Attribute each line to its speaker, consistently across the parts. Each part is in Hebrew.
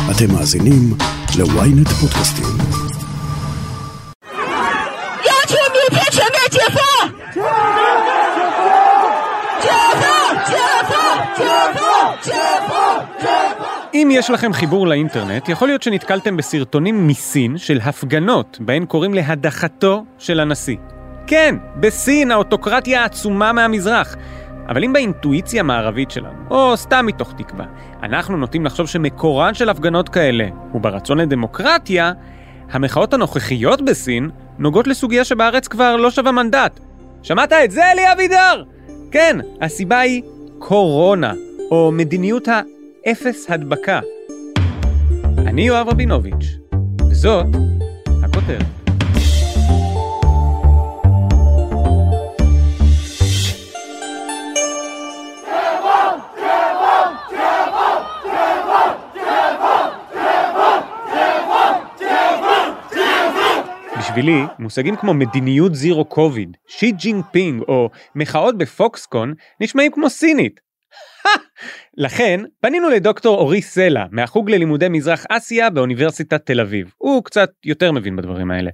Speaker 1: אתם מאזינים ל-ynet פודקאסטים.
Speaker 2: אם יש לכם חיבור לאינטרנט, יכול להיות שנתקלתם בסרטונים מסין של הפגנות, בהן קוראים להדחתו של הנשיא. כן, בסין, האוטוקרטיה העצומה מהמזרח. אבל אם באינטואיציה המערבית שלנו, או סתם מתוך תקווה, אנחנו נוטים לחשוב שמקורן של הפגנות כאלה הוא ברצון לדמוקרטיה, המחאות הנוכחיות בסין נוגעות לסוגיה שבארץ כבר לא שווה מנדט. שמעת את זה, אלי אבידר? כן, הסיבה היא קורונה, או מדיניות האפס הדבקה. אני יואב רבינוביץ', וזאת הכותרת. בשבילי, מושגים כמו מדיניות זירו קוביד, שי ג'ינפינג או מחאות בפוקסקון נשמעים כמו סינית. לכן, פנינו לדוקטור אורי סלע, מהחוג ללימודי מזרח אסיה באוניברסיטת תל אביב. הוא קצת יותר מבין בדברים האלה.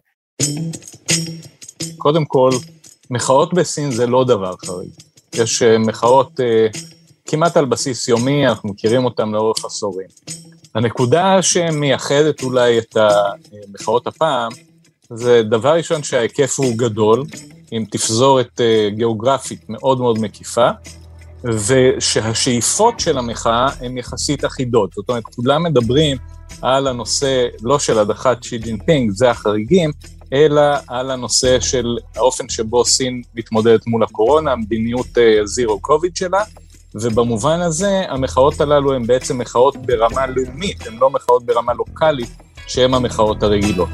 Speaker 3: קודם כל, מחאות בסין זה לא דבר חריג. יש מחאות כמעט על בסיס יומי, אנחנו מכירים אותם לאורך עשורים. הנקודה שמייחדת אולי את המחאות הפעם, זה דבר ראשון שההיקף הוא גדול, עם תפזורת גיאוגרפית מאוד מאוד מקיפה, ושהשאיפות של המחאה הן יחסית אחידות. זאת אומרת, כולם מדברים על הנושא לא של הדחת שי ג'ינפינג, זה החריגים, אלא על הנושא של האופן שבו סין מתמודדת מול הקורונה, המדיניות זירו קוביד שלה, ובמובן הזה המחאות הללו הן בעצם מחאות ברמה לאומית, הן לא מחאות ברמה לוקלית, שהן המחאות הרגילות.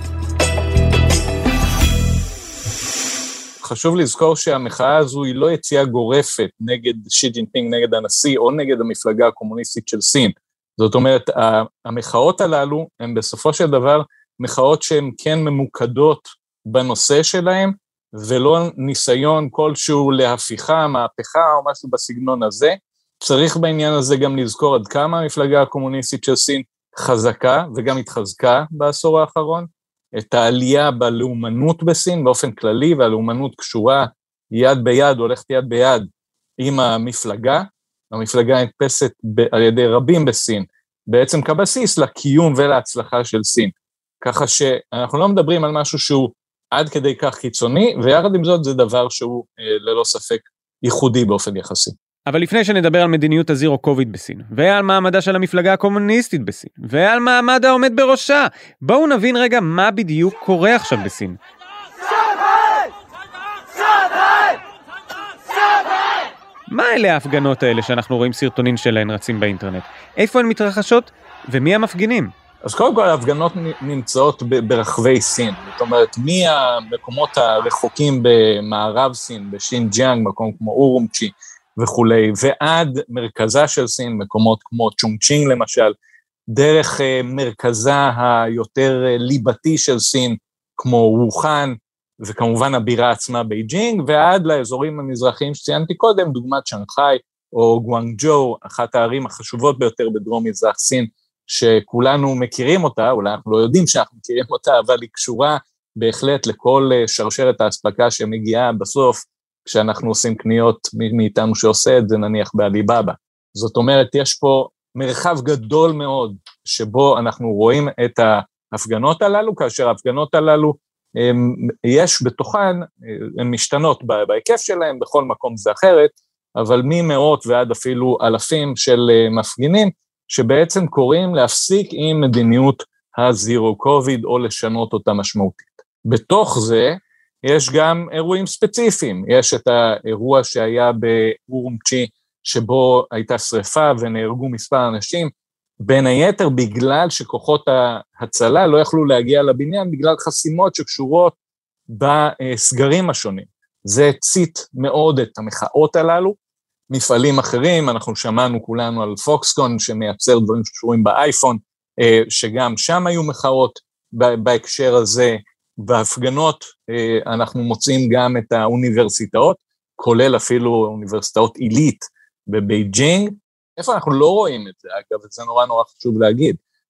Speaker 3: חשוב לזכור שהמחאה הזו היא לא יציאה גורפת נגד שי ג'ינפינג, נגד הנשיא, או נגד המפלגה הקומוניסטית של סין. זאת אומרת, המחאות הללו הן בסופו של דבר מחאות שהן כן ממוקדות בנושא שלהן, ולא ניסיון כלשהו להפיכה, מהפכה או משהו בסגנון הזה. צריך בעניין הזה גם לזכור עד כמה המפלגה הקומוניסטית של סין חזקה, וגם התחזקה בעשור האחרון. את העלייה בלאומנות בסין באופן כללי, והלאומנות קשורה יד ביד, הולכת יד ביד עם המפלגה. המפלגה נתפסת על ידי רבים בסין, בעצם כבסיס לקיום ולהצלחה של סין. ככה שאנחנו לא מדברים על משהו שהוא עד כדי כך קיצוני, ויחד עם זאת זה דבר שהוא ללא ספק ייחודי באופן יחסי.
Speaker 2: אבל לפני שנדבר על מדיניות הזירו קוביד בסין, ועל מעמדה של המפלגה הקומוניסטית בסין, ועל מעמד העומד בראשה, בואו נבין רגע מה בדיוק קורה עכשיו בסין. מה אלה ההפגנות האלה שאנחנו רואים סרטונים שלהן רצים באינטרנט? איפה הן מתרחשות ומי המפגינים?
Speaker 3: אז קודם כל ההפגנות נמצאות ברחבי סין, זאת אומרת מהמקומות הרחוקים במערב סין, בשינג'יאנג, מקום כמו אורומצ'י, וכולי, ועד מרכזה של סין, מקומות כמו צ'ונגצ'ינג למשל, דרך מרכזה היותר ליבתי של סין, כמו ווחן, וכמובן הבירה עצמה בייג'ינג, ועד לאזורים המזרחיים שציינתי קודם, דוגמת שנגחאי או גואנג'ו, אחת הערים החשובות ביותר בדרום מזרח סין, שכולנו מכירים אותה, אולי אנחנו לא יודעים שאנחנו מכירים אותה, אבל היא קשורה בהחלט לכל שרשרת האספקה שמגיעה בסוף, כשאנחנו עושים קניות מאיתנו שעושה את זה, נניח באליבאבא. זאת אומרת, יש פה מרחב גדול מאוד, שבו אנחנו רואים את ההפגנות הללו, כאשר ההפגנות הללו, יש בתוכן, הן משתנות בהיקף שלהם, בכל מקום זה אחרת, אבל ממאות ועד אפילו אלפים של מפגינים, שבעצם קוראים להפסיק עם מדיניות הזירו קוביד, או לשנות אותה משמעותית. בתוך זה, יש גם אירועים ספציפיים, יש את האירוע שהיה באורומצ'י, שבו הייתה שריפה ונהרגו מספר אנשים, בין היתר בגלל שכוחות ההצלה לא יכלו להגיע לבניין, בגלל חסימות שקשורות בסגרים השונים. זה הצית מאוד את המחאות הללו, מפעלים אחרים, אנחנו שמענו כולנו על פוקסקון, שמייצר דברים שקשורים באייפון, שגם שם היו מחאות בהקשר הזה, בהפגנות אנחנו מוצאים גם את האוניברסיטאות, כולל אפילו אוניברסיטאות עילית בבייג'ינג, איפה אנחנו לא רואים את זה, אגב, זה נורא נורא חשוב להגיד,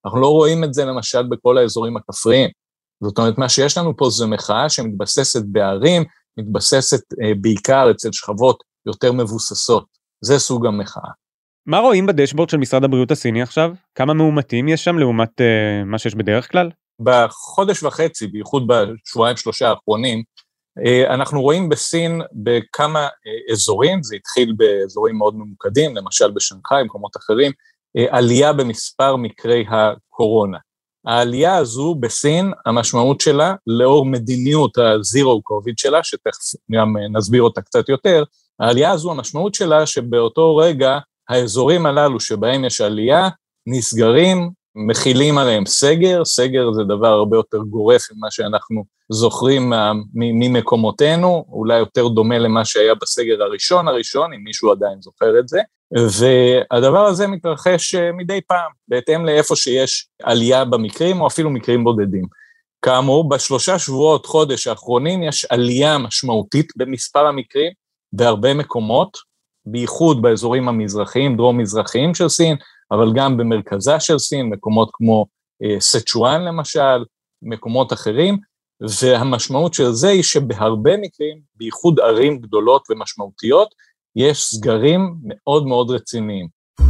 Speaker 3: אנחנו לא רואים את זה למשל בכל האזורים הכפריים. זאת אומרת, מה שיש לנו פה זה מחאה שמתבססת בערים, מתבססת בעיקר אצל שכבות יותר מבוססות. זה סוג המחאה.
Speaker 2: מה רואים בדשבורד של משרד הבריאות הסיני עכשיו? כמה מאומתים יש שם לעומת מה שיש בדרך כלל?
Speaker 3: בחודש וחצי, בייחוד בשבועיים שלושה האחרונים, אנחנו רואים בסין בכמה אזורים, זה התחיל באזורים מאוד ממוקדים, למשל בשנגחאי, במקומות אחרים, עלייה במספר מקרי הקורונה. העלייה הזו בסין, המשמעות שלה, לאור מדיניות הזירו קוביד שלה, שתכף גם נסביר אותה קצת יותר, העלייה הזו, המשמעות שלה שבאותו רגע, האזורים הללו שבהם יש עלייה, נסגרים, מכילים עליהם סגר, סגר זה דבר הרבה יותר גורף ממה שאנחנו זוכרים ממקומותינו, אולי יותר דומה למה שהיה בסגר הראשון, אם מישהו עדיין זוכר את זה, והדבר הזה מתרחש מדי פעם, בהתאם לאיפה שיש עלייה במקרים, או אפילו מקרים בודדים. כאמור, בשלושה שבועות חודש האחרונים יש עלייה משמעותית במספר המקרים, בהרבה מקומות, בייחוד באזורים המזרחיים, דרום-מזרחיים של סין, אבל גם במרכזה של סין, מקומות כמו סצ'ואן למשל, מקומות אחרים, והמשמעות של זה היא שבהרבה מקרים, בייחוד ערים גדולות ומשמעותיות, יש סגרים מאוד מאוד רציניים.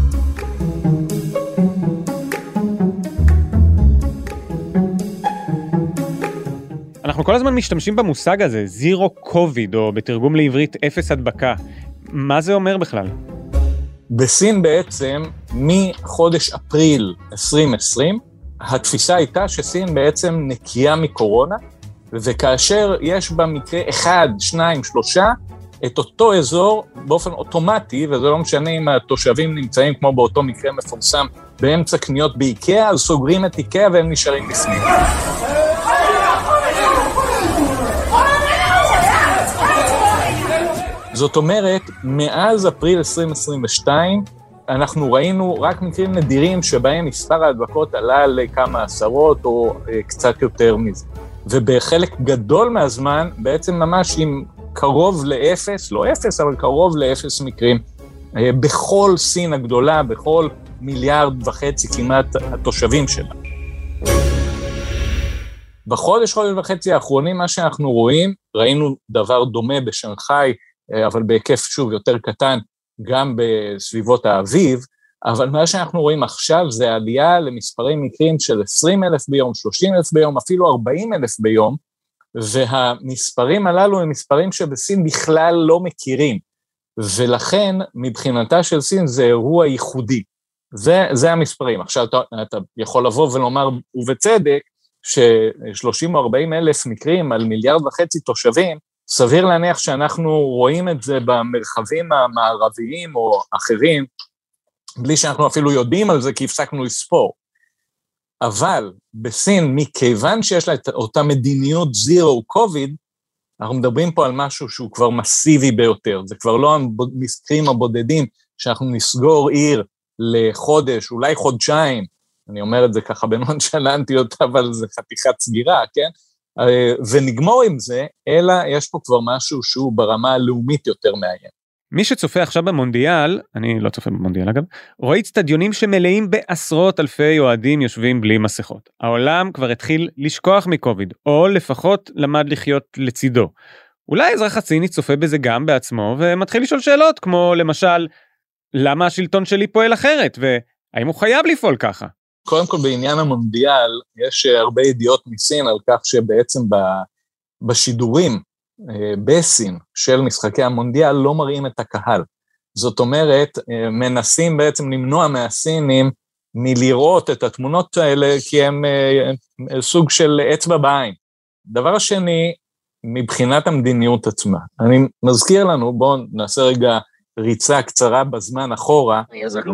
Speaker 2: אנחנו כל הזמן משתמשים במושג הזה, זירו קוביד, או בתרגום לעברית אפס הדבקה. מה זה אומר בכלל?
Speaker 3: בסין בעצם, מחודש אפריל 2020, התפיסה הייתה שסין בעצם נקייה מקורונה, וכאשר יש בה מקרה 1, 2, 3, את אותו אזור באופן אוטומטי, וזה לא משנה אם התושבים נמצאים כמו באותו מקרה מפורסם, באמצע קניות באיקאה, אז סוגרים את איקאה והם נשארים בסניף. זאת אומרת, מאז אפריל 2022, אנחנו ראינו רק מקרים נדירים שבהם מספר ההדבקות עלה לכמה עשרות או קצת יותר מזה. ובחלק גדול מהזמן, בעצם ממש עם קרוב לאפס, לא אפס, אבל קרוב לאפס מקרים, בכל סין הגדולה, בכל 1.5 מיליארד כמעט התושבים שלה. בחודש וחצי האחרונים, מה שאנחנו רואים, ראינו דבר דומה בשנגחאי, אבל בהיקף שוב יותר קטן, גם בסביבות האביב, אבל מה שאנחנו רואים עכשיו זה עלייה למספרי מקרים של 20,000 ביום, 30,000 ביום, אפילו 40,000 ביום, והמספרים הללו הם מספרים שבסין בכלל לא מכירים, ולכן מבחינתה של סין זה אירוע ייחודי, זה המספרים. עכשיו אתה יכול לבוא ולומר, ובצדק, ש30 או 40,000 מקרים על 1.5 מיליארד תושבים, סביר להניח שאנחנו רואים את זה במרחבים המערביים או אחרים, בלי שאנחנו אפילו יודעים על זה כי הפסקנו לספור. אבל בסין, מכיוון שיש לה את אותה מדיניות זירו קוביד, אנחנו מדברים פה על משהו שהוא כבר מסיבי ביותר, זה כבר לא המקרים הבודדים שאנחנו נסגור עיר לחודש, אולי חודשיים, אני אומר את זה ככה בנונשלנטיות, אבל זה חתיכת סגירה, כן? ונגמור עם זה, אלא יש פה כבר משהו שהוא ברמה הלאומית יותר מעניין.
Speaker 2: מי שצופה עכשיו במונדיאל, אני לא צופה במונדיאל אגב, רואה אצטדיונים שמלאים בעשרות אלפי אוהדים יושבים בלי מסכות. העולם כבר התחיל לשכוח מקוביד, או לפחות למד לחיות לצידו. אולי האזרח הסיני צופה בזה גם בעצמו, ומתחיל לשאול שאלות, כמו למשל, למה השלטון שלי פועל אחרת, והאם הוא חייב לפעול ככה?
Speaker 3: קודם כל בעניין המונדיאל, יש הרבה ידיעות מסין על כך שבעצם בשידורים בסין של משחקי המונדיאל לא מראים את הקהל. זאת אומרת, מנסים בעצם למנוע מהסינים מלראות את התמונות האלה, כי הם סוג של אצבע בעין. דבר השני, מבחינת המדיניות עצמה, אני מזכיר לנו, בואו נעשה רגע ריצה קצרה בזמן אחורה,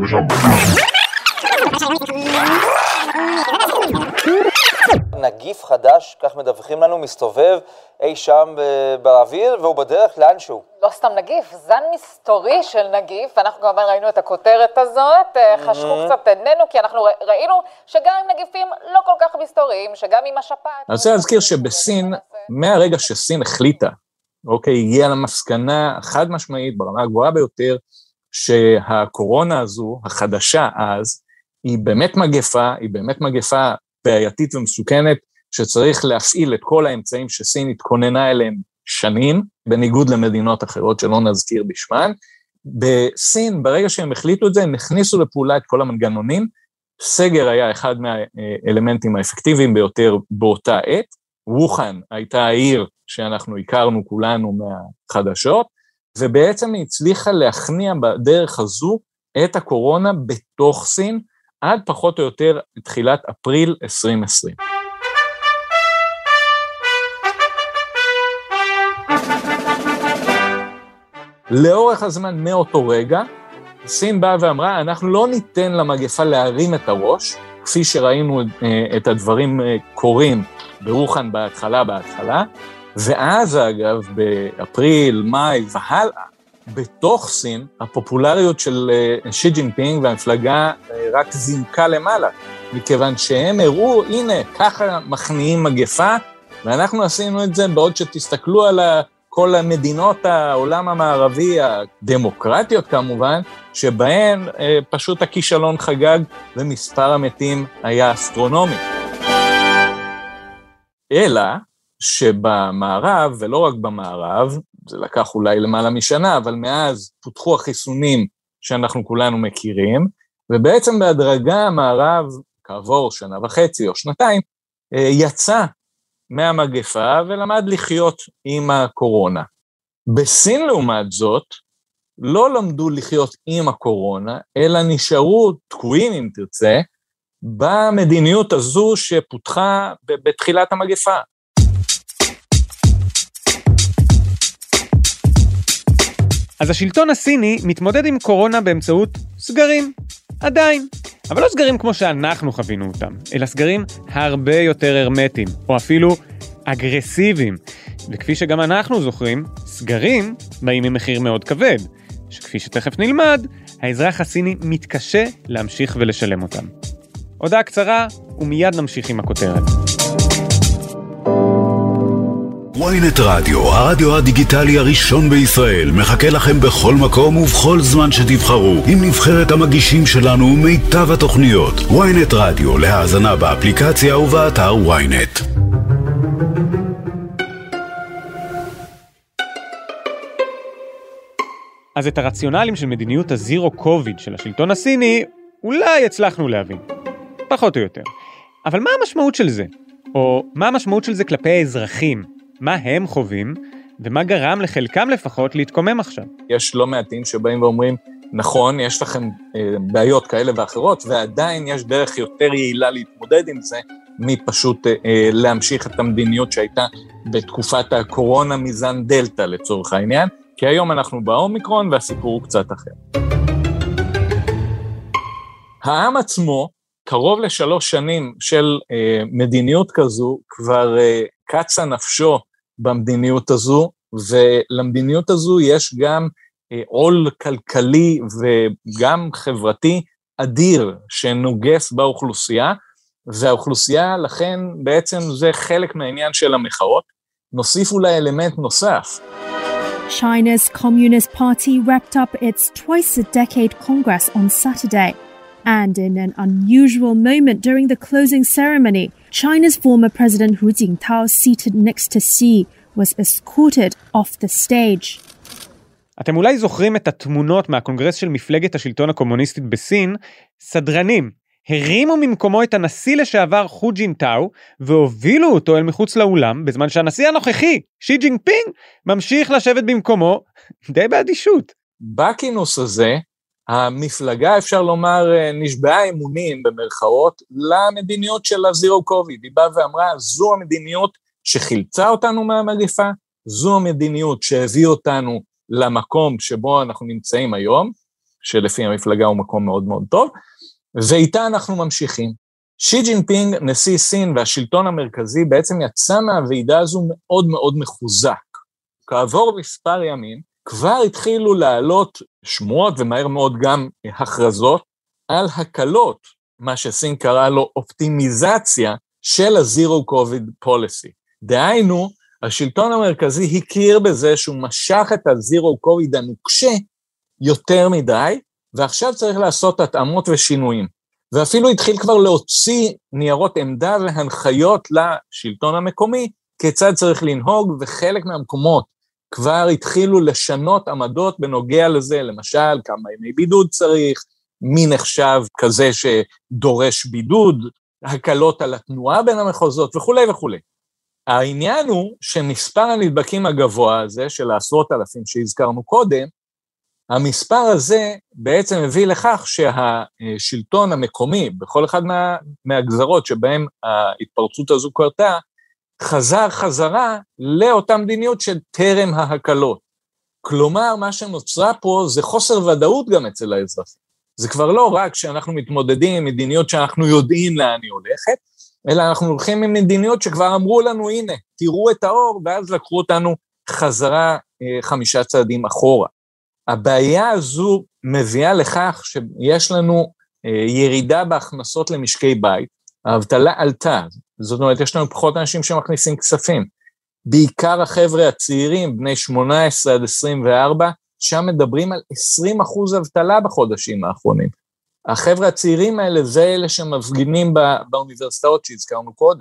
Speaker 4: נגיף חדש, כך מדווחים לנו, מסתובב אי שם באוויר, והוא בדרך לאנשהו.
Speaker 5: לא סתם נגיף, זן מסתורי של נגיף, אנחנו כמובן ראינו את הכותרת הזאת, חשכו קצת עינינו, כי אנחנו ראינו שגם עם נגיפים לא כל כך מסתוריים, שגם עם השפעת...
Speaker 3: אני רוצה להזכיר שבסין, מהרגע שסין החליטה, הגיעה למסקנה חד משמעית, ברמה הגבוהה ביותר, שהקורונה הזו, החדשה אז, היא באמת מגפה בעייתית ומסוכנת, שצריך להפעיל את כל האמצעים שסין התכוננה אליהם שנים, בניגוד למדינות אחרות שלא נזכיר בשמן. בסין, ברגע שהם החליטו את זה, הם הכניסו לפעולה את כל המנגנונים, סגר היה אחד מהאלמנטים האפקטיביים ביותר באותה עת, ווחן הייתה העיר שאנחנו הכרנו כולנו מהחדשות, ובעצם היא הצליחה להכניע בדרך הזו את הקורונה בתוך סין, עד פחות או יותר תחילת אפריל 2020. לאורך הזמן מאותו רגע, סין באה ואמרה, אנחנו לא ניתן למגפה להרים את הראש, כפי שראינו את הדברים קורים ברוחן בהתחלה, ואז אגב, באפריל, מאי והלאה, בתוך סין, הפופולריות של שי ג'ינפינג והמפלגה רק זינקה למעלה, מכיוון שהם הראו, הנה, ככה מכניעים מגפה, ואנחנו עשינו את זה בעוד שתסתכלו על כל המדינות העולם המערבי, הדמוקרטיות כמובן, שבהן פשוט הכישלון חגג, ומספר המתים היה אסטרונומי. אלא שבמערב, ולא רק במערב, זה לקח אולי למעלה משנה, אבל מאז פותחו החיסונים שאנחנו כולנו מכירים, ובעצם בהדרגה המערב, כעבור שנה וחצי או שנתיים, יצא מהמגפה ולמד לחיות עם הקורונה. בסין לעומת זאת, לא למדו לחיות עם הקורונה, אלא נשארו תקועים, אם תרצה, במדיניות הזו שפותחה בתחילת המגפה.
Speaker 2: אז השלטון הסיני מתמודד עם קורונה באמצעות סגרים, עדיין. אבל לא סגרים כמו שאנחנו חווינו אותם, אלא סגרים הרבה יותר הרמטיים, או אפילו אגרסיביים. וכפי שגם אנחנו זוכרים, סגרים באים ממחיר מאוד כבד, שכפי שתכף נלמד, האזרח הסיני מתקשה להמשיך ולשלם אותם. הודעה קצרה, ומיד נמשיך עם הכותרת.
Speaker 1: ynet רדיו, הרדיו הדיגיטלי הראשון בישראל, מחכה לכם בכל מקום ובכל זמן שתבחרו, עם נבחרת המגישים שלנו ומיטב התוכניות. ynet רדיו, להאזנה באפליקציה ובאתר ynet.
Speaker 2: אז את הרציונלים של מדיניות הזירו קוביד של השלטון הסיני, אולי הצלחנו להבין. פחות או יותר. אבל מה המשמעות של זה? או מה המשמעות של זה כלפי האזרחים? מה הם חווים, ומה גרם לחלקם לפחות להתקומם עכשיו?
Speaker 3: יש לא מעטים שבאים ואומרים, נכון, יש לכם בעיות כאלה ואחרות, ועדיין יש דרך יותר יעילה להתמודד עם זה, מפשוט להמשיך את המדיניות שהייתה בתקופת הקורונה מזן דלטה לצורך העניין, כי היום אנחנו באומיקרון והסיפור הוא קצת אחר. העם עצמו, קרוב ל3 שנים של מדיניות כזו, כבר קצה נפשו במדיניות הזו, ולמדיניות הזו יש גם עול כלכלי וגם חברתי אדיר שנוגס באוכלוסייה, והאוכלוסייה לכן בעצם זה חלק מהעניין של המחאות. נוסיף אולי אלמנט נוסף.
Speaker 6: China's Communist Party wrapped up its twice-a-decade Congress on Saturday. And in an unusual moment during the closing ceremony, China's former President Hu Jintao, seated next to Xi, was escorted off the stage.
Speaker 2: אתם אולי זוכרים את התמונות מהקונגרס של מפלגת השלטון הקומוניסטית בסין, סדרנים הרימו ממקומו את הנשיא לשעבר חו ג'ינטאו, והובילו אותו אל מחוץ לאולם, בזמן שהנשיא הנוכחי, שי ג'ינפינג, ממשיך לשבת במקומו, די באדישות.
Speaker 3: בכינוס הזה, המפלגה, אפשר לומר, נשבעה אמונים במרכאות, למדיניות של הזירו קוביד. היא באה ואמרה, זו המדיניות שחילצה אותנו מהמגפה, זו המדיניות שהביא אותנו למקום שבו אנחנו נמצאים היום, שלפי המפלגה הוא מקום מאוד מאוד טוב, ואיתה אנחנו ממשיכים. שי ג'ינפינג, נשיא סין והשלטון המרכזי, בעצם יצא מהוועידה הזו מאוד מאוד מחוזק. כעבור מספר ימים, כבר התחילו לעלות שמועות ומהר מאוד גם הכרזות על הקלות, מה שסין קרא לו אופטימיזציה של הזירו קוביד פוליסי. דהיינו, השלטון המרכזי הכיר בזה שהוא משך את הזירו קוביד הנוקשה יותר מדי, ועכשיו צריך לעשות התאמות ושינויים. ואפילו התחיל כבר להוציא ניירות עמדה והנחיות לשלטון המקומי, כיצד צריך לנהוג, וחלק מהמקומות כבר התחילו לשנות עמדות בנוגע לזה, למשל, כמה ימי בידוד צריך, מי נחשב כזה שדורש בידוד, הקלות על התנועה בין המחוזות וכו' וכו'. העניין הוא שמספר הנדבקים הגבוה הזה, של 10,000 שהזכרנו קודם, המספר הזה בעצם הביא לכך שהשלטון המקומי, בכל אחד מהגזרות שבהם ההתפרצות הזו קרתה, חזרה לאותה מדיניות של טרם ההקלות. כלומר, מה שנוצרה פה זה חוסר ודאות גם אצל האזרחים. זה כבר לא רק שאנחנו מתמודדים עם מדיניות שאנחנו יודעים לאן היא הולכת, אלא אנחנו הולכים עם מדיניות שכבר אמרו לנו, הנה, תראו את האור, ואז לקחו אותנו חזרה 5 צעדים אחורה. הבעיה הזו מביאה לכך שיש לנו ירידה בהכנסות למשקי בית, האבטלה עלתה, זאת אומרת, יש לנו פחות אנשים שמכניסים כספים, בעיקר החבר'ה הצעירים, בני 18 עד 24, שם מדברים על 20% אבטלה בחודשים האחרונים. החבר'ה הצעירים האלה, זה אלה שמפגינים באוניברסיטאות שהזכרנו קודם.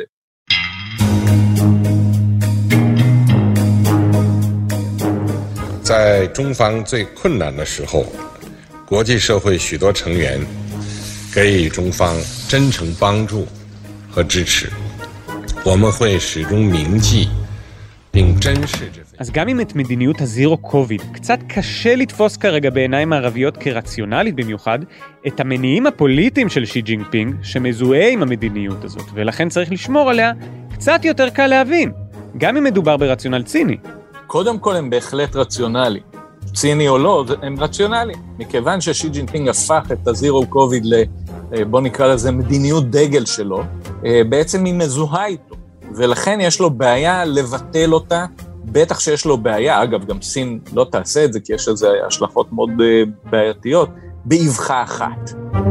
Speaker 7: 在中方最困难的时候，国际社会许多成员给予中方真诚帮助和支持，我们会始终铭记并珍视这份。
Speaker 2: אז גם אם את מדיניות הזירו קוביד קצת קשה לתפוס כרגע בעיניים הערביות כרציונלית במיוחד, את המניעים הפוליטיים של שי ג'ינפינג שמזוהה עם המדיניות הזאת, ולכן צריך לשמור עליה, קצת יותר קל להבין, גם אם מדובר ברציונל ציני.
Speaker 3: קודם כל הם בהחלט רציונלי, ציני או לא, הם רציונלי, מכיוון ששי ג'ינפינג הפך את הזירו קוביד בוא נקרא לזה מדיניות דגל שלו, בעצם היא מזוהה איתו, ולכן יש לו בעיה לבטל אותה, בטח שיש לו בעיה, אגב גם סין לא תעשה את זה, כי יש לזה השלכות מאוד בעייתיות, באבחה אחת.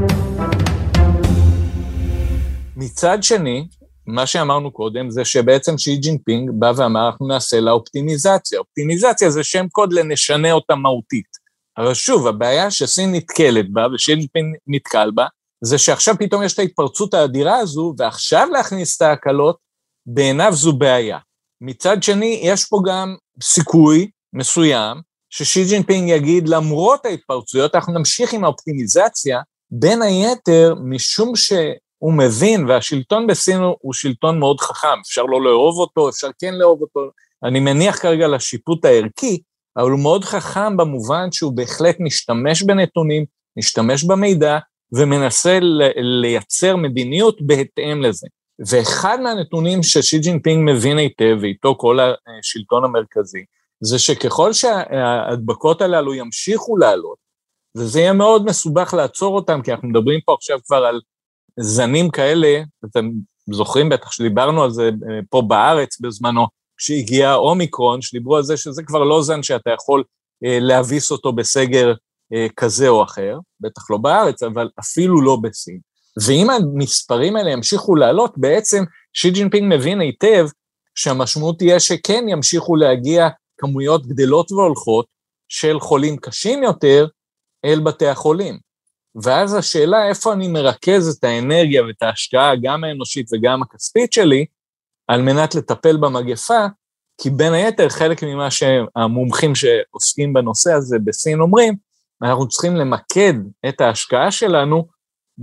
Speaker 3: מצד שני, מה שאמרנו קודם זה שבעצם שי ג'ינפינג בא ואמר, אנחנו נעשה לה אופטימיזציה. אופטימיזציה זה שם קוד לנשנה אותה מהותית. אבל שוב, הבעיה שסין נתקלת בה, ושי ג'ינפינג נתקל בה, זה שעכשיו פתאום יש את ההתפרצות האדירה הזו, ועכשיו להכניס את ההקלות, בעיניו זו בעיה. מצד שני, יש פה גם סיכוי מסוים, ששי ג'ינפינג יגיד, למרות ההתפרצויות, אנחנו נמשיך עם האופטימיזציה, בין היתר, משום שהוא מבין, והשלטון בסין הוא שלטון מאוד חכם, אפשר לא לאהוב אותו, אפשר כן לאהוב אותו, אני מניח כרגע לשיפוט הערכי, אבל הוא מאוד חכם במובן שהוא בהחלט משתמש בנתונים, משתמש במידע, ומנסה לייצר מדיניות בהתאם לזה. ואחד מהנתונים ששי ג'ינפינג מבין היטב, ואיתו כל השלטון המרכזי, זה שככל שההדבקות הללו ימשיכו לעלות, וזה יהיה מאוד מסובך לעצור אותם, כי אנחנו מדברים פה עכשיו כבר על זנים כאלה, אתם זוכרים בטח שדיברנו על זה פה בארץ בזמנו, כשהגיע האומיקרון, שדיברו על זה שזה כבר לא זן שאתה יכול להביס אותו בסגר כזה או אחר, בטח לא בארץ, אבל אפילו לא בסין. ואם המספרים האלה ימשיכו לעלות, בעצם שי ג'ינפינג מבין היטב שהמשמעות תהיה שכן ימשיכו להגיע כמויות גדלות והולכות של חולים קשים יותר אל בתי החולים. ואז השאלה איפה אני מרכז את האנרגיה ואת ההשקעה, גם האנושית וגם הכספית שלי, על מנת לטפל במגפה, כי בין היתר חלק ממה שהמומחים שעוסקים בנושא הזה בסין אומרים, אנחנו צריכים למקד את ההשקעה שלנו,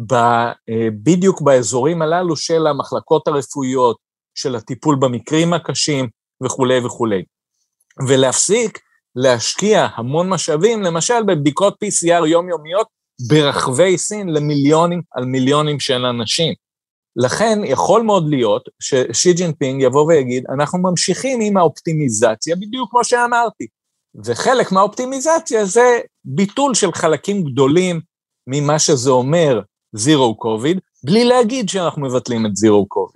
Speaker 3: בדיוק באזורים הללו של המחלקות הרפואיות, של הטיפול במקרים הקשים וכו' וכו'. ולהפסיק להשקיע המון משאבים, למשל בבדיקות PCR יומיומיות ברחבי סין למיליונים על מיליונים של אנשים. לכן יכול מאוד להיות ששי ג'ינפינג יבוא ויגיד, אנחנו ממשיכים עם האופטימיזציה, בדיוק כמו שאמרתי. וחלק מהאופטימיזציה זה ביטול של חלקים גדולים ממה שזה אומר, זירו קוביד, בלי להגיד שאנחנו מבטלים את זירו קוביד.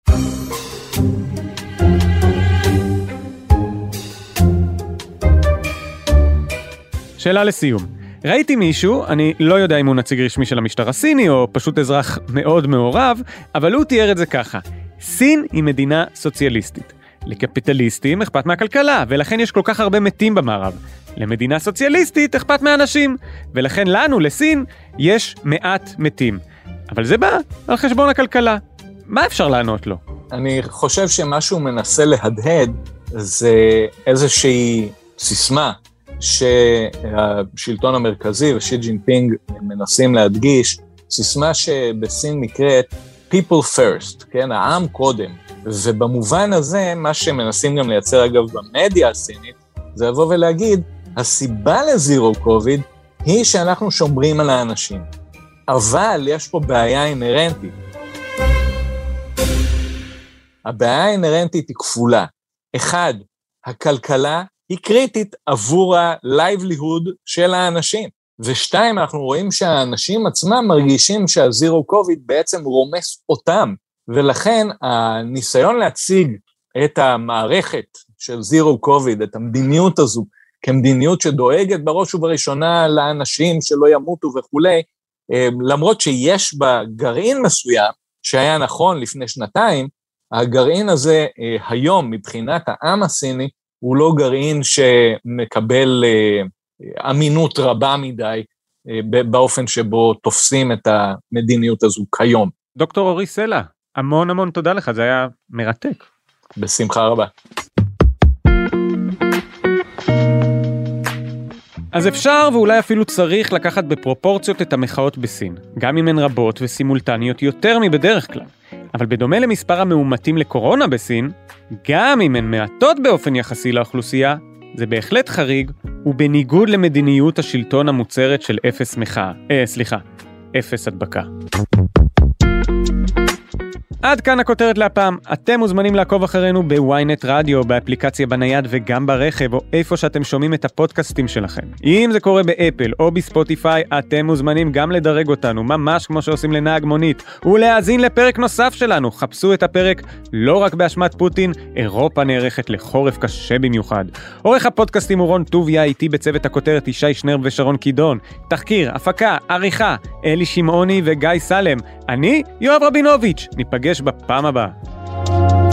Speaker 2: שאלה לסיום. ראיתי מישהו, אני לא יודע אם הוא נציג רשמי של המשטר הסיני, או פשוט אזרח מאוד מעורב, אבל הוא תיאר את זה ככה. סין היא מדינה סוציאליסטית. לקפיטליסטים אכפת מהכלכלה, ולכן יש כל כך הרבה מתים במערב. למדינה סוציאליסטית אכפת מהאנשים, ולכן לנו, לסין, יש מעט מתים. אבל זה בא על חשבון הכלכלה. מה אפשר לענות לו?
Speaker 3: אני חושב שמה שהוא מנסה להדהד זה איזושהי סיסמה שהשלטון המרכזי ושי ג'ינפינג מנסים להדגיש, סיסמה שבסין נקראת people first, כן? העם קודם. ובמובן הזה, מה שמנסים גם לייצר אגב במדיה הסינית, זה לבוא ולהגיד, הסיבה לזירו קוביד היא שאנחנו שומרים על האנשים. אבל יש פה בעיה אינרנטית. הבעיה האינרנטית היא כפולה. אחד, הכלכלה היא קריטית עבור ה-livelihood של האנשים. ושתיים, אנחנו רואים שהאנשים עצמם מרגישים שהזירו קוביד בעצם רומס אותם. ולכן הניסיון להציג את המערכת של זירו קוביד, את המדיניות הזו, כמדיניות שדואגת בראש ובראשונה לאנשים שלא ימותו וכולי, למרות שיש בה גרעין מסוים שהיה נכון לפני שנתיים, הגרעין הזה היום מבחינת העם הסיני הוא לא גרעין שמקבל אמינות רבה מדי באופן שבו תופסים את המדיניות הזו כיום.
Speaker 2: דוקטור אורי סלע, המון תודה לך, זה היה מרתק.
Speaker 3: בשמחה רבה.
Speaker 2: אז אפשר ואולי אפילו צריך לקחת בפרופורציות את המחאות בסין, גם אם הן רבות וסימולטניות יותר מבדרך כלל. אבל בדומה למספר המאומתים לקורונה בסין, גם אם הן מעטות באופן יחסי לאוכלוסייה, זה בהחלט חריג, ובניגוד למדיניות השלטון המוצרת של אפס הדבקה. עד כאן הכותרת להפעם. אתם מוזמנים לעקוב אחרינו בוויינט רדיו, באפליקציה בנייד וגם ברכב, או איפה שאתם שומעים את הפודקאסטים שלכם. אם זה קורה באפל או בספוטיפיי, אתם מוזמנים גם לדרג אותנו, ממש כמו שעושים לנהג מונית, ולהאזין לפרק נוסף שלנו. חפשו את הפרק לא רק באשמת פוטין, אירופה נערכת לחורף קשה במיוחד. עורך הפודקאסטים הוא רון טוביה, איתי בצוות הכותרת ישי שנר ושרון קידון. תחקיר, הפקה, עריכה, אלי שמעוני וגיא סלם. אני יואב רבינוביץ'. ניפגש בפעם הבאה.